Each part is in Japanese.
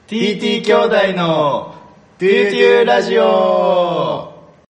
TT 兄弟のトゥートゥーラジオ。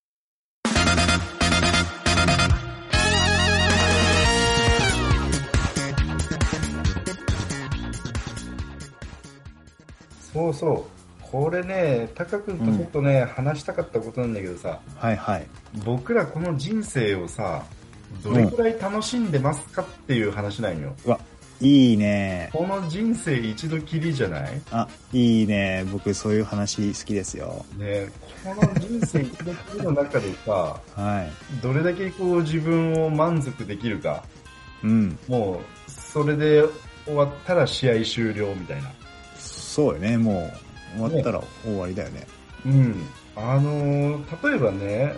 そうそう、これね、タカ君とちょっとね、話したかったことなんだけどさ、 はいはい。 僕らこの人生をさ、どれくらい楽しんでますかっていう話なんよ。 うわ、いいね。 この人生一度きりじゃない？ あ、いいね。僕そういう話好きですよ。 ね、この人生一度きりの中でさ、 はい。 どれだけこう自分を満足できるか、 うん。 もうそれで終わったら試合終了みたいな。 そうよね。もう終わったら終わりだよね。 うん。例えばね、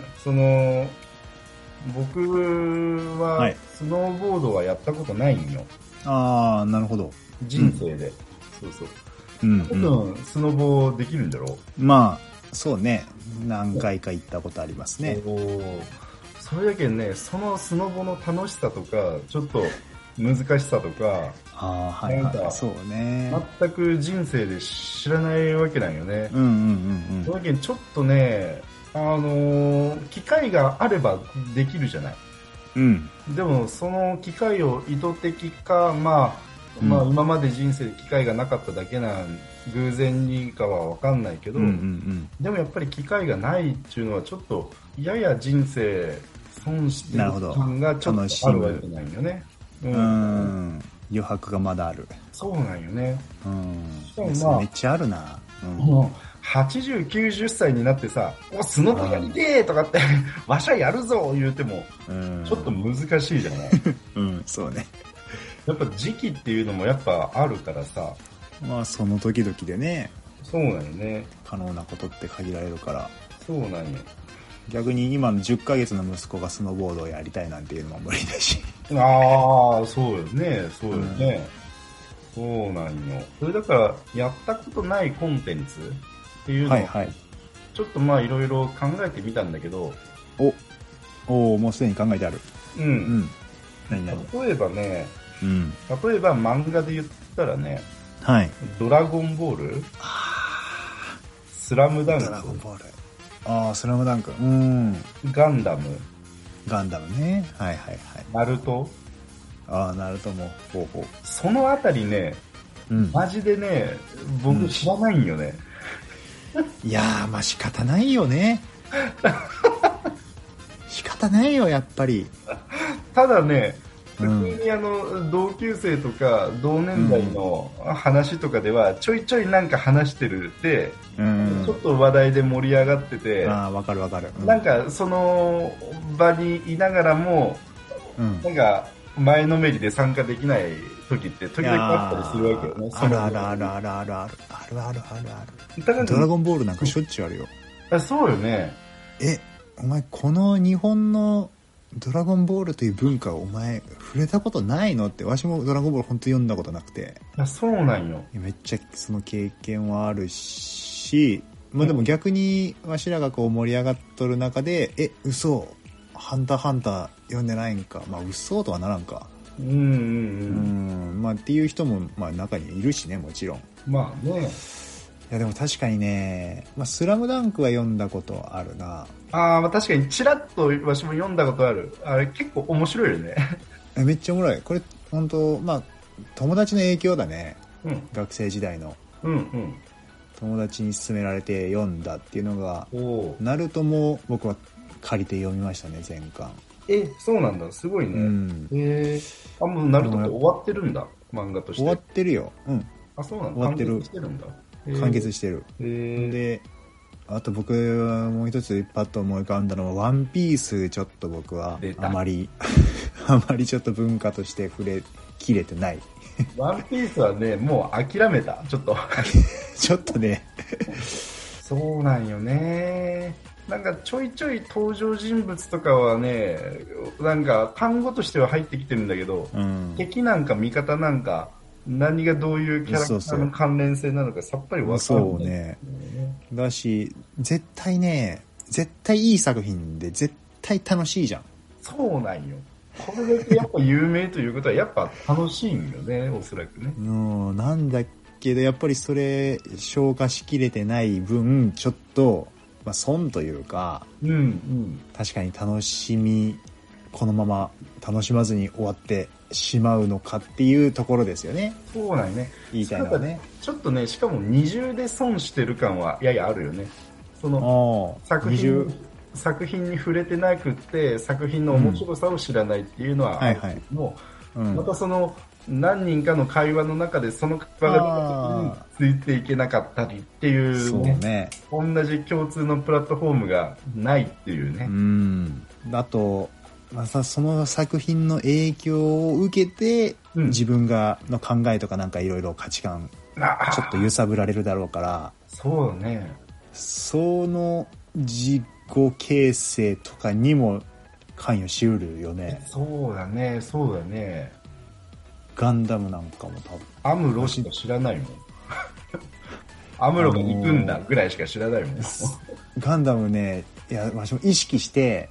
僕はスノーボードはやったことないんよ。 ああ、なるほど。 人生で。そうそう。 うん多分、スノボできるんだろう。まあ、そうね。何回か行ったことありますね。 それだけね、そのスノボの楽しさとか、ちょっと難しさとか、 ああ、はいはい。そうね。 全く人生で知らないわけなんよね。 うんうんうんその時にちょっとね、機会があればできるじゃない。 うん。 でもその機会を意図的か、まあ今まで人生で機会がなかっただけなん偶然にかは分かんないけど、でもやっぱり機会がないっていうのはちょっとやや人生損してる感がちょっとあるわけなんよね。 余白がまだある。 そうなんよね。 めっちゃあるな。 80、90歳になってさ、スノボやりてーとかって、わしゃやるぞ言うても、ちょっと難しいじゃない。 そうね。 やっぱ時期っていうのもやっぱあるからさ。 まあその時々でね。 そうなんよね。 可能なことって限られるから。 そうなんよ。 逆に今の10ヶ月の息子がスノーボードをやりたいなんていうのも無理だし。 ああ、そうよね。そうよね。そうなんよ。それだから、やったことないコンテンツっていうのを、ちょっとまあいろいろ考えてみたんだけど。 もうすでに考えてある。 例えばね、例えば漫画で言ったらね、ドラゴンボール、スラムダンク、 ドラゴンボール、スラムダンク、 ガンダムね、 ナルト、 ナルトもそのあたりね、マジでね、僕知らないんよね。 いやー、まあ仕方ないよね。仕方ないよ、やっぱり。 ただね、普通に同級生とか同年代の話とかではちょいちょいなんか話してるで、ちょっと話題で盛り上がってて、 わかるわかる。 なんかその場にいながらも、なんか前のめりで参加できない時って時々あったりするわけよね。 ある。ドラゴンボールなんかしょっちゅうあるよ。 そうよね。 お前この日本のドラゴンボールという文化をお前触れたことないのって。わしもドラゴンボール本当読んだことなくて。 そうなんよ。 めっちゃその経験はあるし、まあでも逆にわしらがこう盛り上がっとる中で、嘘ハンターハンター読んでないんか、まあ嘘とはならんか。まあっていう人もまあ中にいるしね、もちろん。 まあね。 いやでも確かにね、スラムダンクは読んだことあるな。 まあ確かにチラッとわしも読んだことある。あれ結構面白いよね。 めっちゃおもろい。これ本当まあ友達の影響だね。学生時代の。友達に勧められて読んだっていうのが、ナルトも僕は借りて読みましたね、全巻。 そうなんだ、すごいね。もうナルトって終わってるんだ、漫画として。 終わってるよ。 そうなんだ。 終わってる。 完結してるんだ。 完結してる。で、あと僕はもう一つパッと思い浮かんだのはワンピース。ちょっと僕はあまりちょっと文化として触れきれてない。 ワンピースはね、もう諦めた、ちょっとちょっとねそうなんよね。なんかちょいちょい登場人物とかはね、なんか単語としては入ってきてるんだけど、敵なんか味方なんか何がどういうキャラクターの関連性なのかさっぱり分かんない。 そうね。だし、絶対いい作品で絶対楽しいじゃん。 そうなんよ。これだけやっぱ有名ということはやっぱ楽しいんよね、おそらくね。 なんだけどやっぱりそれ消化しきれてない分ちょっと、まあ、損というか、 うんうん、 確かにこのまま楽しまずに終わってしまうのかっていうところですよね。 そうなんね。 言いたいのはね。 ちょっとね、しかも二重で損してる感はややあるよね。その作品に触れてなくって作品の面白さを知らないっていうのはあるけども、またその何人かの会話の中でその会話がついていけなかったりっていう、 そうね、 同じ共通のプラットフォームがないっていうね。 あとまたその作品の影響を受けて、自分の考えとかなんかいろいろ価値観ちょっと揺さぶられるだろうから、 そうね、 その自己形成とかにも関与しうるよね。 そうだね、そうだね。 ガンダムなんかも多分アムロしか知らないもんアムロが行くんだぐらいしか知らないもん、 ガンダムね、いや私も意識して、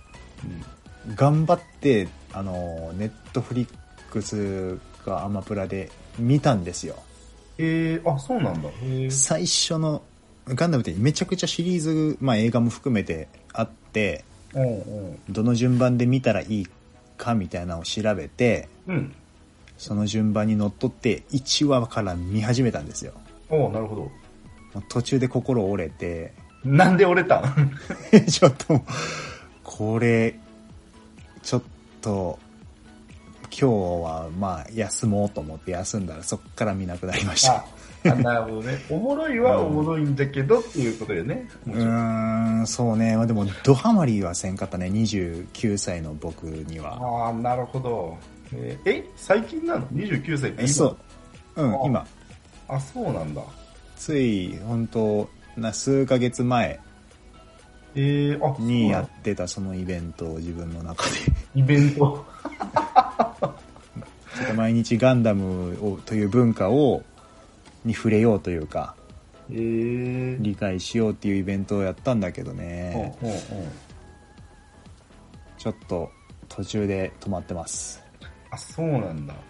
頑張ってネットフリックスがアマプラで見たんですよ。 あ、そうなんだ。 最初のガンダムってめちゃくちゃシリーズ、まあ、映画も含めてあって、どの順番で見たらいいかみたいなのを調べて、その順番にのっとって1話から見始めたんですよ。 なるほど。途中で心折れて。 なんで折れたんちょっとこれちょっと今日はまあ休もうと思って休んだらそっから見なくなりました。 なるほどね。おもろいはおもろいんだけどっていうことよね。 そうね。まあ、でもドハマりはせんかったね。29歳の僕には。 なるほど。最近なの ?29 歳って今？ そう。今。 そうなんだ。 つい本当数ヶ月前にやってたそのイベントを自分の中でイベントちょっと毎日ガンダムという文化に触れようというか、理解しようっていうイベントをやったんだけどね、ちょっと途中で止まってます。 そうなんだ。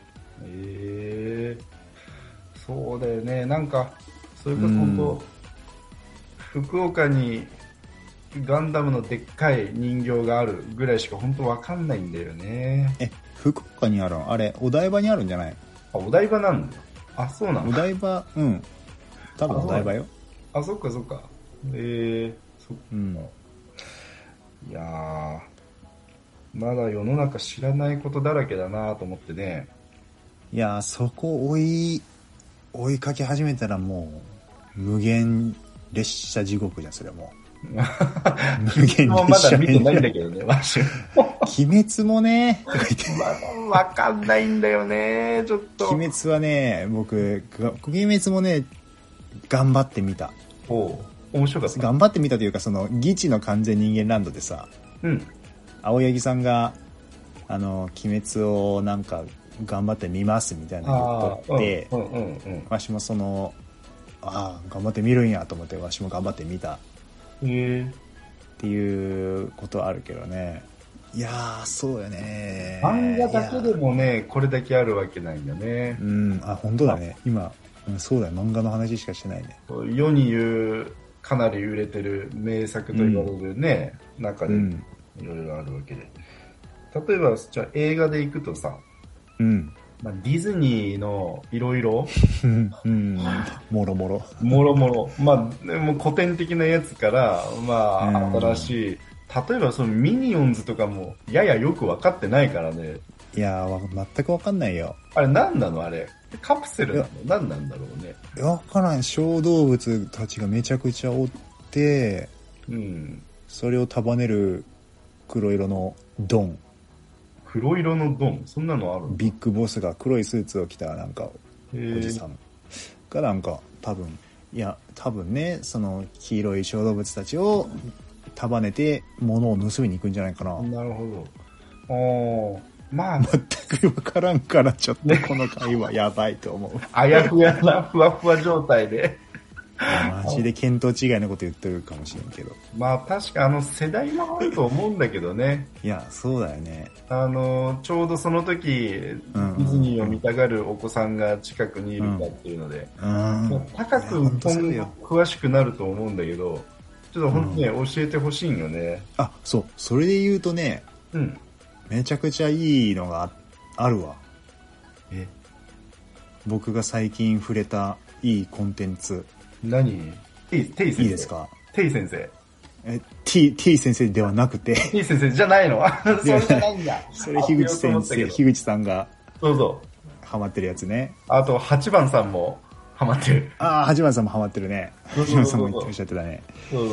そうだよね。なんかそれこそ本当、福岡にガンダムのでっかい人形があるぐらいしか本当わかんないんだよね。 福岡にあるの？あれお台場にあるんじゃない？ お台場なんだ。そうなんだ。 お台場、多分お台場よ。 そっかそっか。そっか。いやー、まだ世の中知らないことだらけだなと思ってね。 いやー、そこ追いかけ始めたらもう無限列車地獄じゃん、それはもう。 無限列車もまだ見てないんだけどね、わし。 鬼滅もね、 わかんないんだよね、ちょっと。 鬼滅はね、僕、鬼滅もね、頑張ってみた。 面白かった。 頑張ってみたというか、その、ギチの完全人間ランドでさ、青柳さんが、鬼滅をなんか、頑張ってみますみたいなの言っとって、わしもその、頑張ってみるんやと思って、わしも頑張ってみた。っていうことはあるけどね。いやー、そうよね。 漫画だけでもね、これだけあるわけないんだね。 本当だね。今、そうだよ。漫画の話しかしてないね。 世に言う、かなり売れてる名作と言われるね、中でいろいろあるわけで。例えば、じゃあ映画で行くとさ、ディズニーのいろいろもろもろでも古典的なやつから新しい、例えばそのミニオンズとかもややよく分かってないからね。 いやー、全く分かんないよ。 あれ何なの？あれカプセルなの？何なんだろうね。 分からん。小動物たちがめちゃくちゃおって、それを束ねる黒色のドン。 黒色のドン、そんなのある？ ビッグボスが黒いスーツを着たなんかおじさんがなんか多分ね、その黄色い小動物たちを束ねて物を盗みに行くんじゃないかな。 なるほど。 全く分からんからちょっとこの会話やばいと思う。 あやふやなふわふわ状態でマジで見当違いのこと言ってるかもしれんけど。 まあ確か世代もあると思うんだけどね。 いや、そうだよね。 ちょうどその時、ディズニーを見たがるお子さんが近くにいるかっていうので、高く今後詳しくなると思うんだけど、ちょっと本当にね、教えてほしいんよね。 あ、そう。それで言うとね、めちゃくちゃいいのがあるわ。僕が最近触れたいいコンテンツ。 何？テイ先生。 いいですか？ テイ先生。 T 先生ではなくて。 T 先生じゃないの？それじゃないんだ。 それ樋口先生、樋口さんが。 そうそう。 ハマってるやつね。 あと、8番さんもハマってる。 ああ、8番さんもハマってるね。8番さんも言っておっしゃってたね。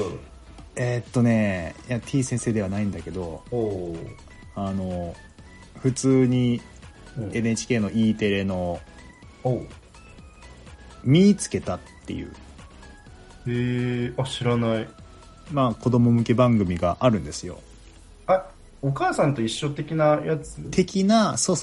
いや、T 先生ではないんだけど、普通に NHK の E テレの、見つけたっていう。 知らない。 まあ、子供向け番組があるんですよ。 お母さんと一緒的なやつ？ 的な、そう、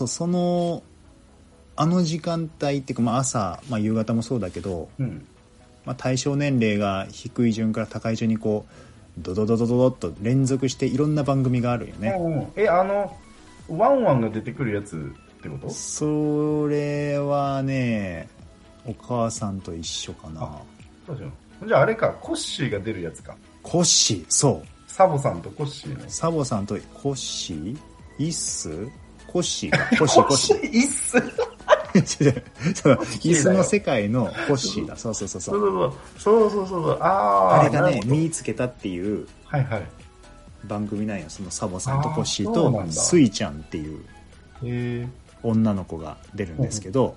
あの時間帯っていうか、まあ朝、まあ夕方もそうだけど、まあ対象年齢が低い順から高い順にこう、ドドドドドドッと連続していろんな番組があるよね。 ワンワンが出てくるやつってこと？ それはね、お母さんと一緒かな。 じゃああれか、コッシーが出るやつか。 コッシー、そう。 サボさんとコッシーね。 サボさんとコッシー？イッス？コッシーか。コッシー。 イッスイスの世界のコッシーだ。そう。 そう。 あれがね、見つけたっていう番組なんよ。そのサボさんとコッシーとスイちゃんっていう女の子が出るんですけど、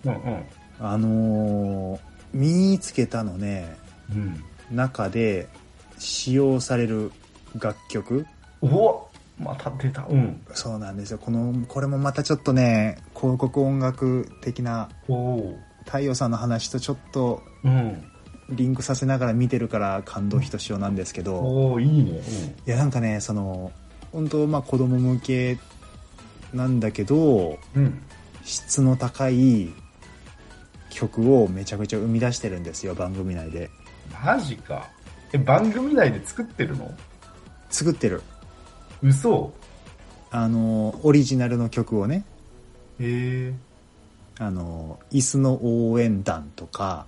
見つけたのね、中で使用される楽曲。 また出た。 そうなんですよ。これもまたちょっとね、広告音楽的な太陽さんの話とちょっとリンクさせながら見てるから感動ひとしおなんですけど、 いいね。 いやなんかね、本当まあ子供向けなんだけど、質の高い曲をめちゃくちゃ生み出してるんですよ、番組内で。 マジか。番組内で作ってるの？ 作ってる。 嘘？ オリジナルの曲をね。椅子の応援団とか、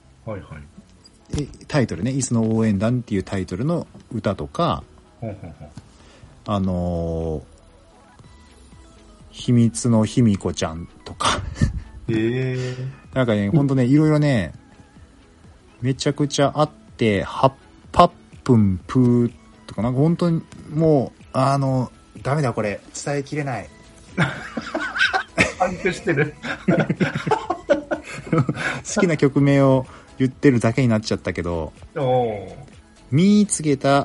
タイトルね、椅子の応援団っていうタイトルの歌とか、秘密のひみこちゃんとかなんかね、ほんとね、いろいろね、めちゃくちゃあって、8分プーとか、なんか本当にもう、ダメだこれ、伝えきれない。 パンクしてる。 好きな曲名を言ってるだけになっちゃったけど、見つけたって、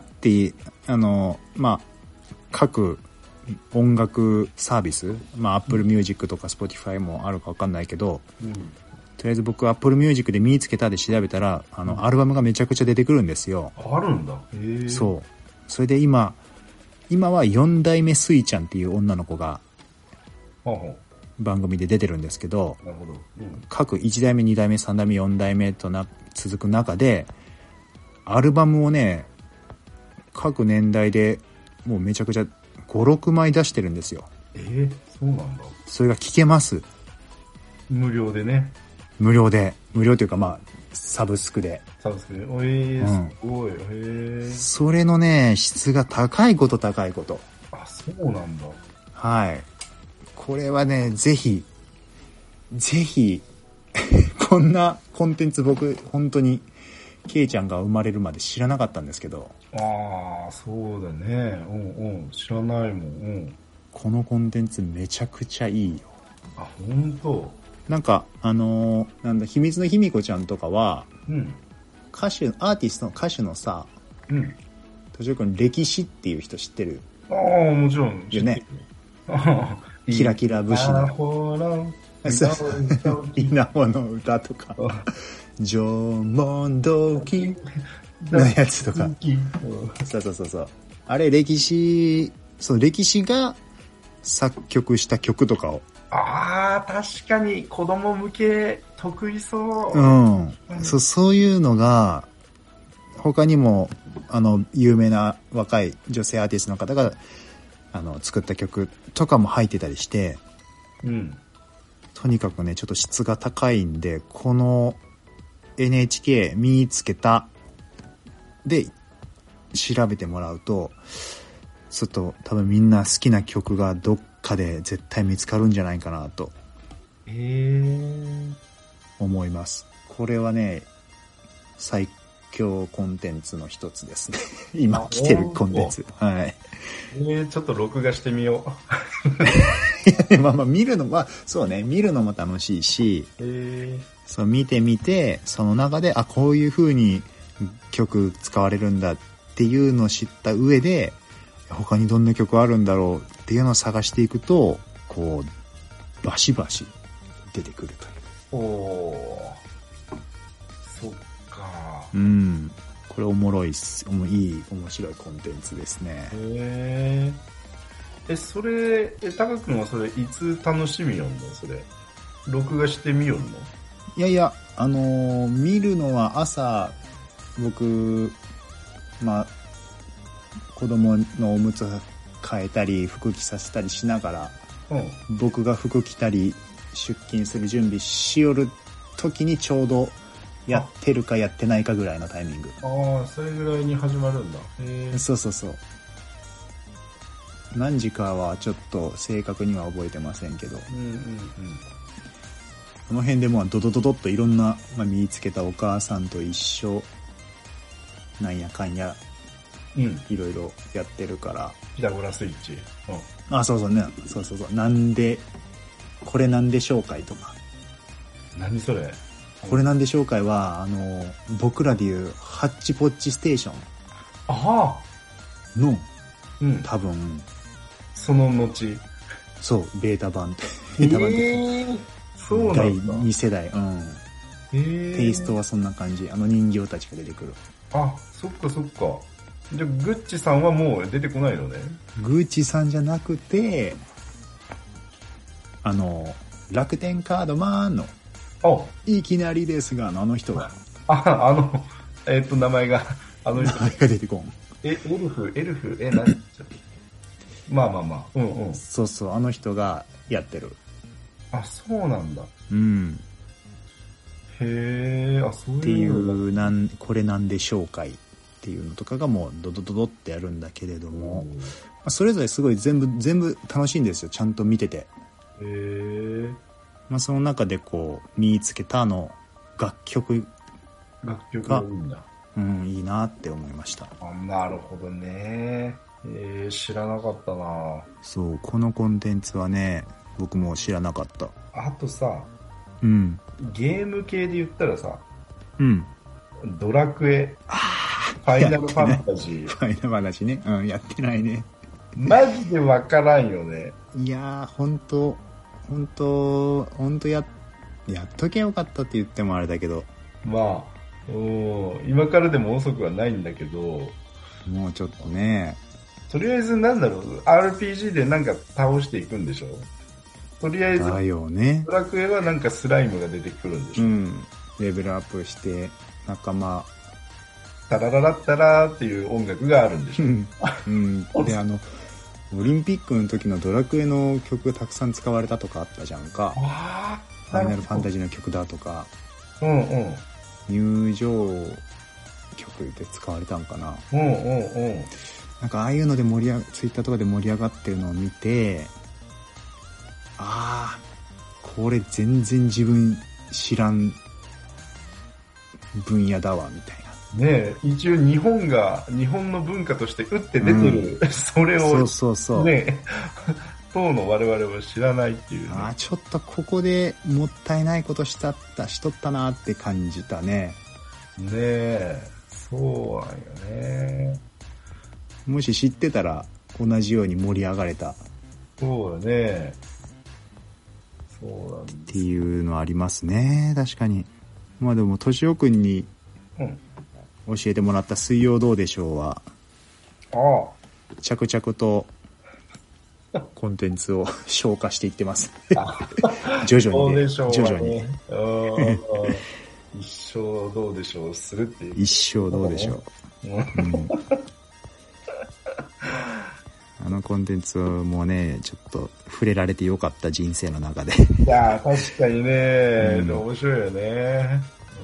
まあ、各音楽サービス、まあ、Apple Music とか Spotify もあるか分かんないけど、とりあえず僕 Apple Music で見つけたで調べたら、アルバムがめちゃくちゃ出てくるんですよ。 あるんだ。 そう。それで今は4代目スイちゃんっていう女の子が番組で出てるんですけど、各1代目2代目3代目4代目と続く中でアルバムをね、各年代でもうめちゃくちゃ5、6枚出してるんですよ。 そうなんだ。 それが聴けます。 無料でね。 無料というか、まあサブスクで。 すごい。 それのね、質が高いこと。 そうなんだ。 はい。これはね、ぜひこんなコンテンツ僕本当にケイちゃんが生まれるまで知らなかったんですけど。 そうだね。知らないもん。 このコンテンツめちゃくちゃいいよ。 本当。 なんかなんだ、秘密のひみこちゃんとかは、アーティストの歌手のさ、途中から歴史っていう人知ってる？ もちろんよね。キラキラ武士の稲穂の歌とか、縄文土器のやつとか、そう。あれ歴史が作曲した曲とかを。 確かに子供向け得意そう。 そういうのが他にも有名な若い女性アーティストの方が作った曲とかも入ってたりして、うん、とにかくねちょっと質が高いんで、この NHK 見つけたで調べてもらうとちょっと多分みんな好きな曲がどっかで絶対見つかるんじゃないかなと思います。これはね最強コンテンツの一つですね今来てるコンテンツ。はい。 ちょっと録画してみようまあ見るのはそうね、見るのも楽しいし、そう見てみてその中でこういう風に曲使われるんだっていうのを知った上で他にどんな曲あるんだろうっていうのを探していくとこうバシバシ出てくるという。 そっか。 うん。これおもろいっす。面白いコンテンツですね。 それタカ君はそれいつ楽しみよんの？それ録画してみよんの？ いやいや見るのは朝僕子供のおむつ変えたり服着させたりしながら、僕が服着たり出勤する準備しよる時にちょうどやってるかやってないかぐらいのタイミング。 それぐらいに始まるんだ。 そうそうそう。何時かはちょっと正確には覚えてませんけど、この辺でもうドドドドッといろんな、見つけたお母さんと一緒なんやかんや、いろいろやってるから。 ピタゴラスイッチ。 そうそうね。そうそうそう。なんでこれなんで紹介とか。 何それ？ これなんで紹介は僕らでいうハッチポッチステーションの、多分その後そうベータ版そうなんだ。 第2世代。テイストはそんな感じ。人形たちが出てくる。 そっかそっか。じゃあグッチさんはもう出てこないのね。 グッチさんじゃなくて楽天カードマンのいきなりですがあの人が名前が名前が出てこん。 エルフ何まあそうそう、あの人がやってる。 そうなんだ。へえ。そういうっていうこれなんで紹介っていうのとかがもうドドドドってやるんだけれども、それぞれすごい全部楽しいんですよ、ちゃんと見てて。その中でこう見つけた楽曲がいいんだ。 いいなって思いました。 なるほどね。知らなかったな。 そう、このコンテンツはね僕も知らなかった。 あとさ、ゲーム系で言ったらさ、ドラクエ、ファイナルファンタジー。 ファイナルファンタジーね。やってないね。 マジでわからんよね。 いやー、ほんとやっとけよかったって言ってもあれだけど。 今からでも遅くはないんだけど。 もうちょっとね。 とりあえずRPG でなんか倒していくんでしょ？とりあえず。 だよね。 ドラクエはなんかスライムが出てくるんでしょ？ レベルアップして仲間。 タラララッタラーっていう音楽があるんでしょ？ でオリンピックの時のドラクエの曲がたくさん使われたとかあったじゃんか。ファイナルファンタジーの曲だとか、入場曲で使われたんかな。なんかああいうのでツイッターとかで盛り上がってるのを見て、これ全然自分知らん分野だわみたいな。 一応日本の文化として打って出てる、それをそう当の我々は知らないっていう、 ちょっとここでもったいないことしとったなって感じたね。 そうなんよね。 もし知ってたら同じように盛り上がれた。 そうだね。そうなんですっていうのありますね。確かに。でもとしおくんに教えてもらった水曜どうでしょうは、着々とコンテンツを消化していってます。徐々に。 一生どうでしょうするっていう。 一生どうでしょう。うん、あのコンテンツもね、ちょっと触れられてよかった人生の中で。 いやー、確かにね、面白いよね。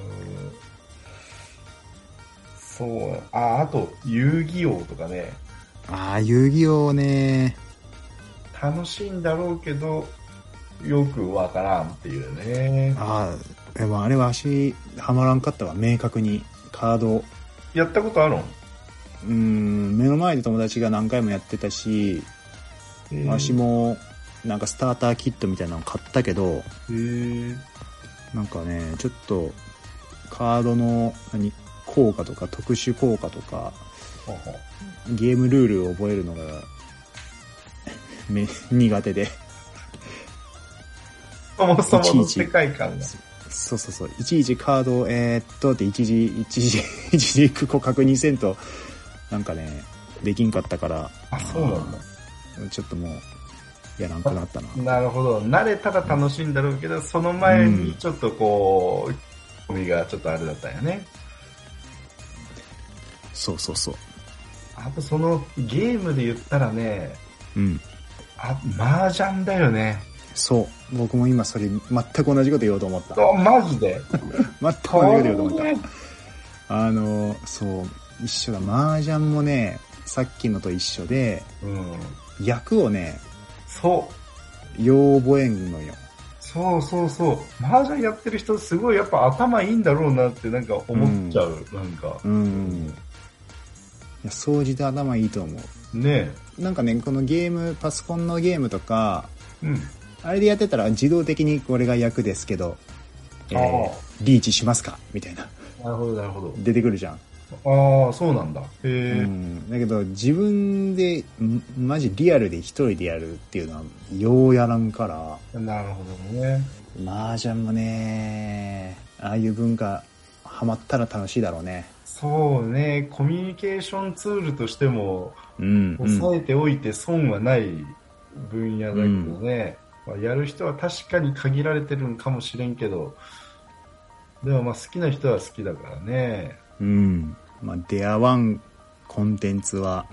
そう、あと、遊戯王とかね。 遊戯王ね。 楽しいんだろうけど、よくわからんっていうね。 でもあれは足はまらんかったわ、明確に。カード。 やったことあるの？ 目の前で友達が何回もやってたし、足もなんかスターターキットみたいなの買ったけど、なんかね、ちょっとカードの効果とか特殊効果とか、ゲームルールを覚えるのが苦手で。 そもそもの世界観が。 そう。いちいちカードって一時こう確認せんと、なんかね、できんかったから。 そうなんだ。 ちょっともう、やらんくなったな。 なるほど。慣れたら楽しいんだろうけど、その前にちょっとこう、込みがちょっとあれだったよね。 そう。 あとそのゲームで言ったらね、麻雀だよね。 そう。僕も今それ全く同じこと言おうと思った。 マジで全く同じこと言おうと思った。そう。一緒だ。麻雀もね、さっきのと一緒で、役をね、よう覚えんのよ。 そう。麻雀やってる人すごいやっぱ頭いいんだろうなってなんか思っちゃう。なんか。 いや、掃除で頭いいと思う。 ねえ。なんかね、このゲーム、パソコンのゲームとか、あれでやってたら自動的にこれが役ですけど、リーチしますかみたいな。 なるほど。 出てくるじゃん。 そうなんだ。 だけど自分でマジリアルで一人でやるっていうのはようやらんから。 なるほどね。 麻雀もね、ああいう文化ハマったら楽しいだろうね。 そうね、コミュニケーションツールとしても、抑えておいて損はない分野だけどね、やる人は確かに限られてるのかもしれんけど、でも好きな人は好きだからね。 出会わんコンテンツは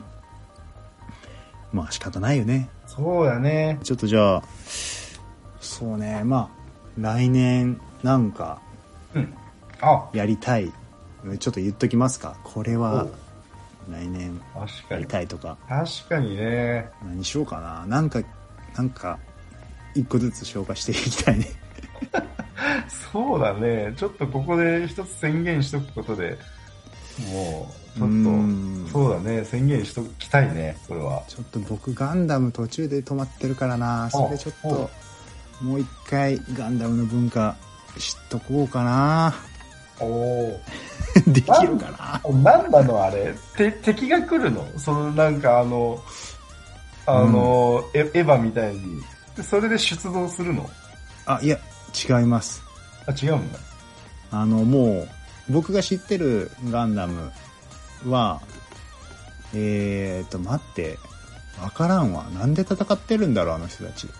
仕方ないよね。 そうやね。 ちょっとじゃあ、そうね、来年なんかやりたい、ちょっと言っときますか。これは来年やりたいとか。 確かにね。 何しようかな。なんか一個ずつ消化していきたいね。 そうだね。ちょっとここで一つ宣言しとくことで、もうちょっとそうだね、宣言しときたいね。これはちょっと僕ガンダム途中で止まってるからな。それちょっともう一回ガンダムの文化知っとこうかな。できるかな。 なんなのあれ。敵が来るの？そのなんかエヴァみたいにそれで出動するの？いや違います。 違うんだ。 もう僕が知ってるガンダムは待って、わからんわ。なんで戦ってるんだろう、あの人たち。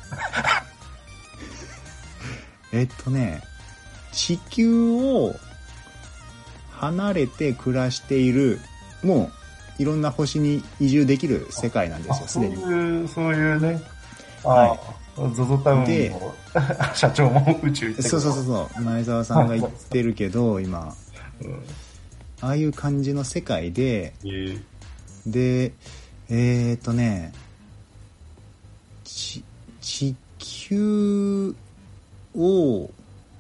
地球を離れて暮らしている、もういろんな星に移住できる世界なんですよ、すでに。 そういうね。ゾゾタウンの社長も宇宙行ってる。 そう前澤さんが言ってるけど今、ああいう感じの世界で、で地球を、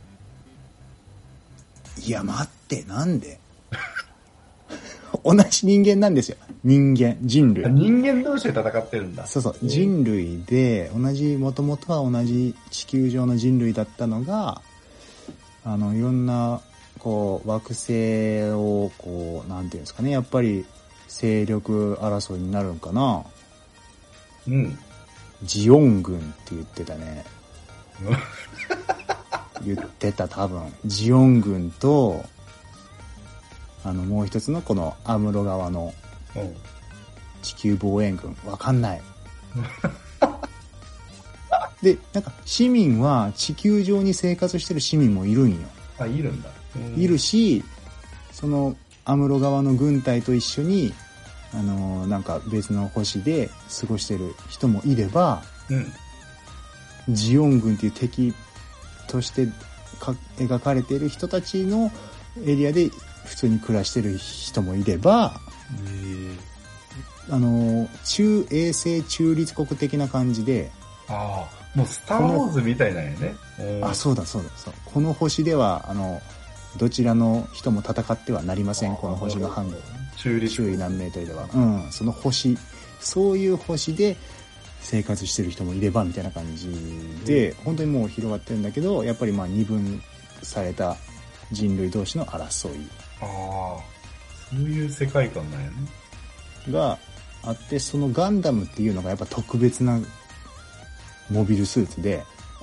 いや待って、なんで同じ人間なんですよ。人類。 人間同士で戦ってるんだ。 そう人類でもともとは同じ地球上の人類だったのが、いろんなこう惑星をこうなんていうんですかね、やっぱり勢力争いになるんかな。ジオン軍って言ってたね。言ってた、多分ジオン軍ともう一つのこのアムロ側の地球防衛軍、わかんない。で、なんか市民は地球上に生活してる市民もいるんよ。 いるんだ。 いるし、そのアムロ側の軍隊と一緒になんか別の星で過ごしてる人もいれば、ジオン軍っていう敵として描かれている人たちのエリアで普通に暮らしてる人もいれば、中衛星中立国的な感じで、 もうスター・ウォーズみたいなんやね。 そうだ。この星ではどちらの人も戦ってはなりません。この星の半分周囲何メートルでは、その星、そういう星で生活してる人もいればみたいな感じで、本当にもう広がってるんだけど、やっぱり二分された人類同士の争い、 そういう世界観なんやねがあって、そのガンダムっていうのがやっぱ特別なモビルスーツで、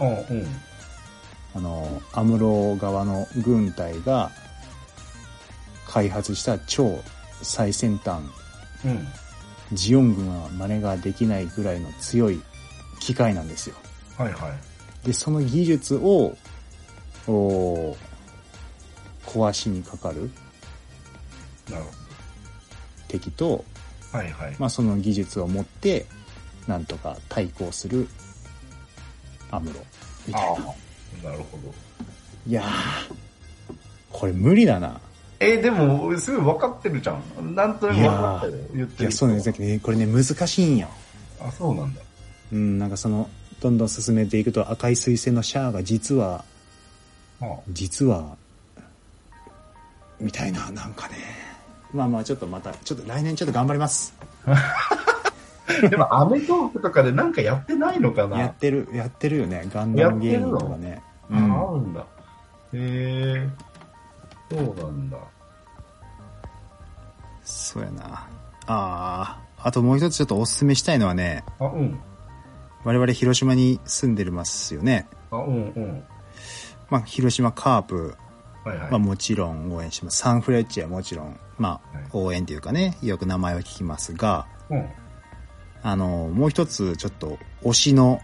アムロ側の軍隊が開発した超最先端、ジオン軍は真似ができないぐらいの強い機械なんですよ。で、その技術を壊しにかかる敵と、その技術を持ってなんとか対抗するアムロみたいな。 なるほど。 いやー、これ無理だな。 でもすぐ分かってるじゃん。なんとなく分かったよ。言ってる。 いや、そうなんですね。これね、難しいんや。 そうなんだ。 なんかどんどん進めていくと、赤い彗星のシャアが実はみたいな、なんかね。ちょっと来年ちょっと頑張ります。 でもアメトーークとかでなんかやってないのかな。 やってるよね。ガンダム芸人とかね。 あるんだ。そうなんだ。 そうやな。あともう一つちょっとおすすめしたいのはね。我々広島に住んでますよね。広島カープ、もちろん応援します。サンフレッチェはもちろん応援というかね、よく名前は聞きますが、もう一つちょっと推しの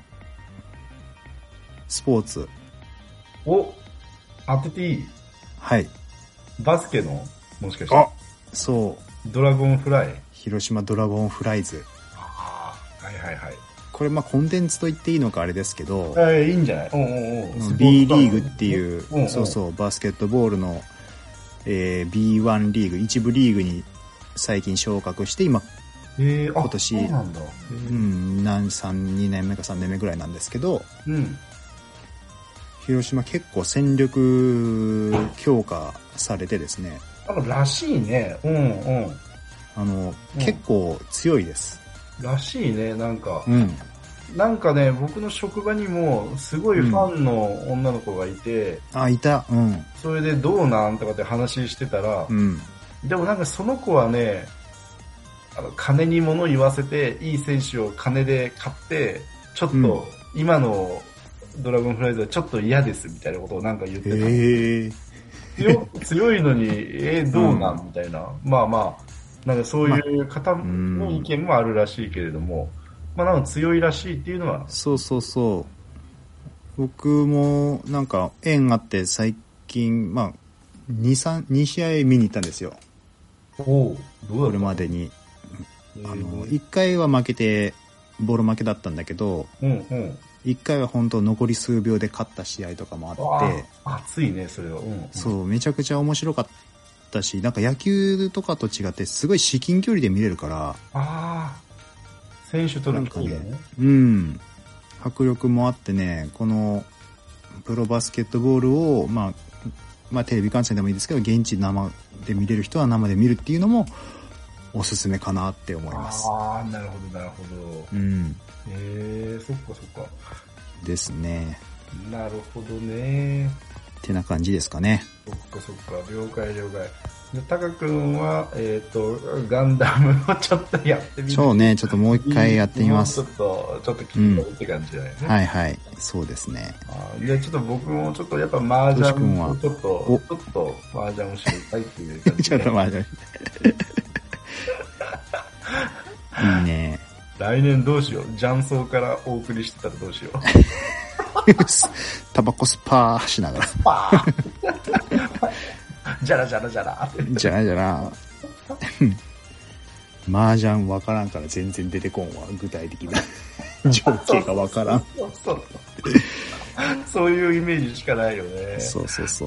スポーツ当てていい？ はい。 バスケのもしかして。 そう。 ドラゴンフライ。 広島ドラゴンフライズ。これこれコンテンツと言っていいのかあれですけど、 いいんじゃない？ B リーグっていう、バスケットボールの、B1 リーグ、一部リーグに最近昇格して今年そうなんだ。 2年目か3年目ぐらいなんですけど、広島結構戦力強化されてですね。 らしいね。 結構強いです。 らしいね、なんか。なんかね、僕の職場にもすごいファンの女の子がいて、 いた。 それでどうなんとかって話してたら、でもなんかその子はね、金に物言わせていい選手を金で買ってちょっと今のドラゴンフライズはちょっと嫌ですみたいなことをなんか言ってた。強いのにどうなんみたいな、なんかそういう方の意見もあるらしいけれども、なんか強いらしいっていうのは。 そう僕もなんか縁あって最近2試合見に行ったんですよ。 どうだった？ これまでに1回は負けてボール負けだったんだけど、1回は本当残り数秒で勝った試合とかもあって、 熱いねそれは。 そうめちゃくちゃ面白かったし、なんか野球とかと違ってすごい至近距離で見れるから、 選手との距離がね、 迫力もあってね、このプロバスケットボールをテレビ観戦でもいいですけど、現地生で見れる人は生で見るっていうのもおすすめかなって思います。 なるほどなるほど。そっかですね。 なるほどね。 ってな感じですかね。 そっか了解。でタカ君はガンダムをちょっとやってみる。 そうね、ちょっともう一回やってみます。 ちょっと聞いてって感じだよね。 はい、そうですね。 じゃあちょっと僕もちょっとやっぱ麻雀をちょっと麻雀を知りたいっていう感じで。 ちょっと麻雀。いいね。 来年どうしよう。雀荘からお送りしてたらどうしよう。 タバコスパーしながら。 じゃらじゃらじゃら。 じゃらじゃら。麻雀わからんから全然出てこんわ。具体的な情景がわからん。 そういうイメージしかないよね。 そうそうそう。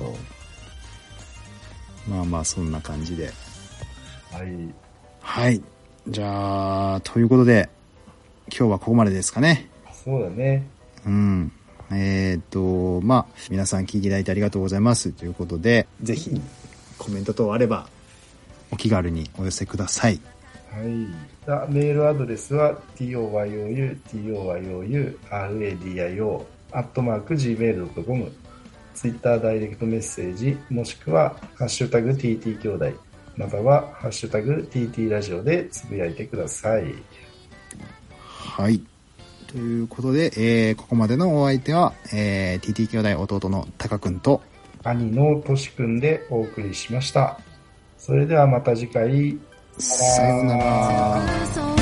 まあまあそんな感じで。 はい。 はい。じゃあ、ということで、今日はここまでですかね。 そうだね。 うん。まあ、皆さん聞いていただいてありがとうございますということで、ぜひコメント等あればお気軽にお寄せください。 はい。メールアドレスは toyouradio@gmail.com、 ツイッターダイレクトメッセージ、もしくはハッシュタグ TT 兄弟、またはハッシュタグ TT ラジオでつぶやいてください。 はい。ということで、ここまでのお相手は、TT 兄弟弟のタカ君と兄のトシ君でお送りしました。それではまた次回。 さようなら。